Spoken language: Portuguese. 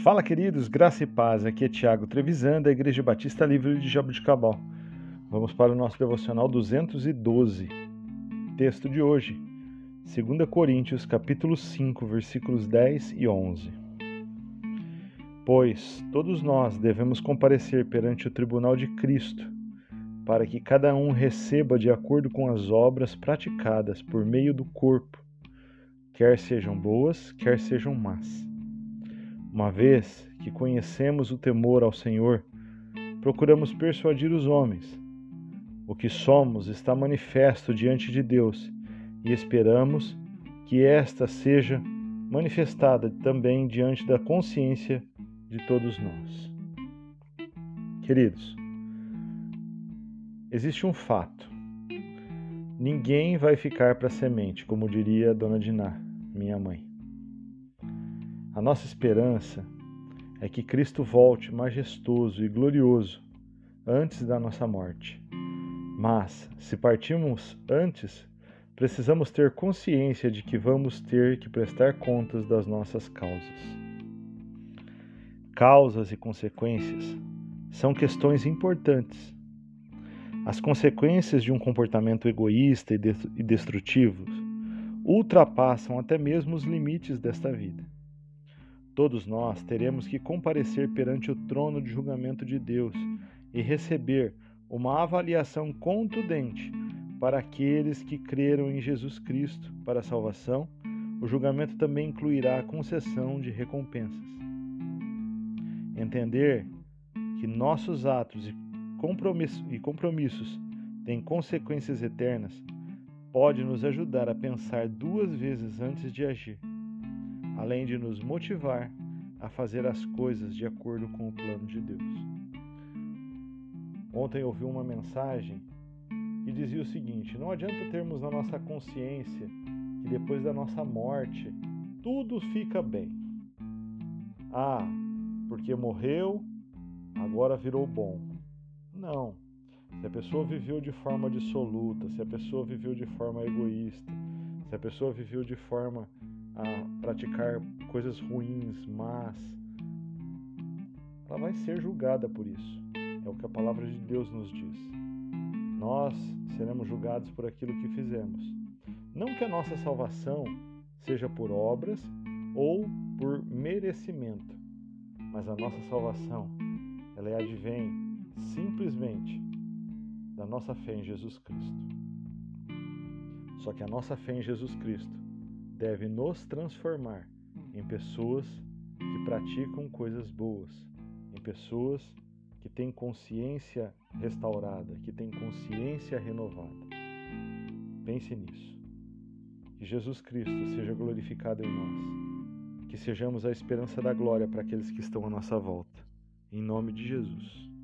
Fala, queridos, graça e paz. Aqui é Tiago Trevisan, da Igreja Batista Livre de Jaboticabal. Vamos para o nosso devocional 212. Texto de hoje, 2 Coríntios, capítulo 5, versículos 10 e 11. Pois todos nós devemos comparecer perante o tribunal de Cristo, para que cada um receba de acordo com as obras praticadas por meio do corpo, quer sejam boas, quer sejam más. Uma vez que conhecemos o temor ao Senhor, procuramos persuadir os homens. O que somos está manifesto diante de Deus e esperamos que esta seja manifestada também diante da consciência de todos nós. Queridos, existe um fato. Ninguém vai ficar para a semente, como diria a dona Diná, minha mãe. A nossa esperança é que Cristo volte majestoso e glorioso antes da nossa morte. Mas, se partirmos antes, precisamos ter consciência de que vamos ter que prestar contas das nossas causas. Causas e consequências são questões importantes. As consequências de um comportamento egoísta e destrutivo ultrapassam até mesmo os limites desta vida. Todos nós teremos que comparecer perante o trono de julgamento de Deus e receber uma avaliação contundente para aqueles que creram em Jesus Cristo para a salvação. O julgamento também incluirá a concessão de recompensas. Entender que nossos atos e compromissos têm consequências eternas pode nos ajudar a pensar duas vezes antes de agir, além de nos motivar a fazer as coisas de acordo com o plano de Deus. Ontem eu ouvi uma mensagem que dizia o seguinte: não adianta termos na nossa consciência que depois da nossa morte tudo fica bem. Porque morreu, agora virou bom. Não. Se a pessoa viveu de forma dissoluta, se a pessoa viveu de forma egoísta, se a pessoa viveu de forma a praticar coisas ruins, mas ela vai ser julgada por isso. É o que a palavra de Deus nos diz. Nós seremos julgados por aquilo que fizemos. Não que a nossa salvação seja por obras ou por merecimento, mas a nossa salvação, ela advém simplesmente da nossa fé em Jesus Cristo. Só que a nossa fé em Jesus Cristo deve nos transformar em pessoas que praticam coisas boas, em pessoas que têm consciência restaurada, que têm consciência renovada. Pense nisso. Que Jesus Cristo seja glorificado em nós, que sejamos a esperança da glória para aqueles que estão à nossa volta. Em nome de Jesus.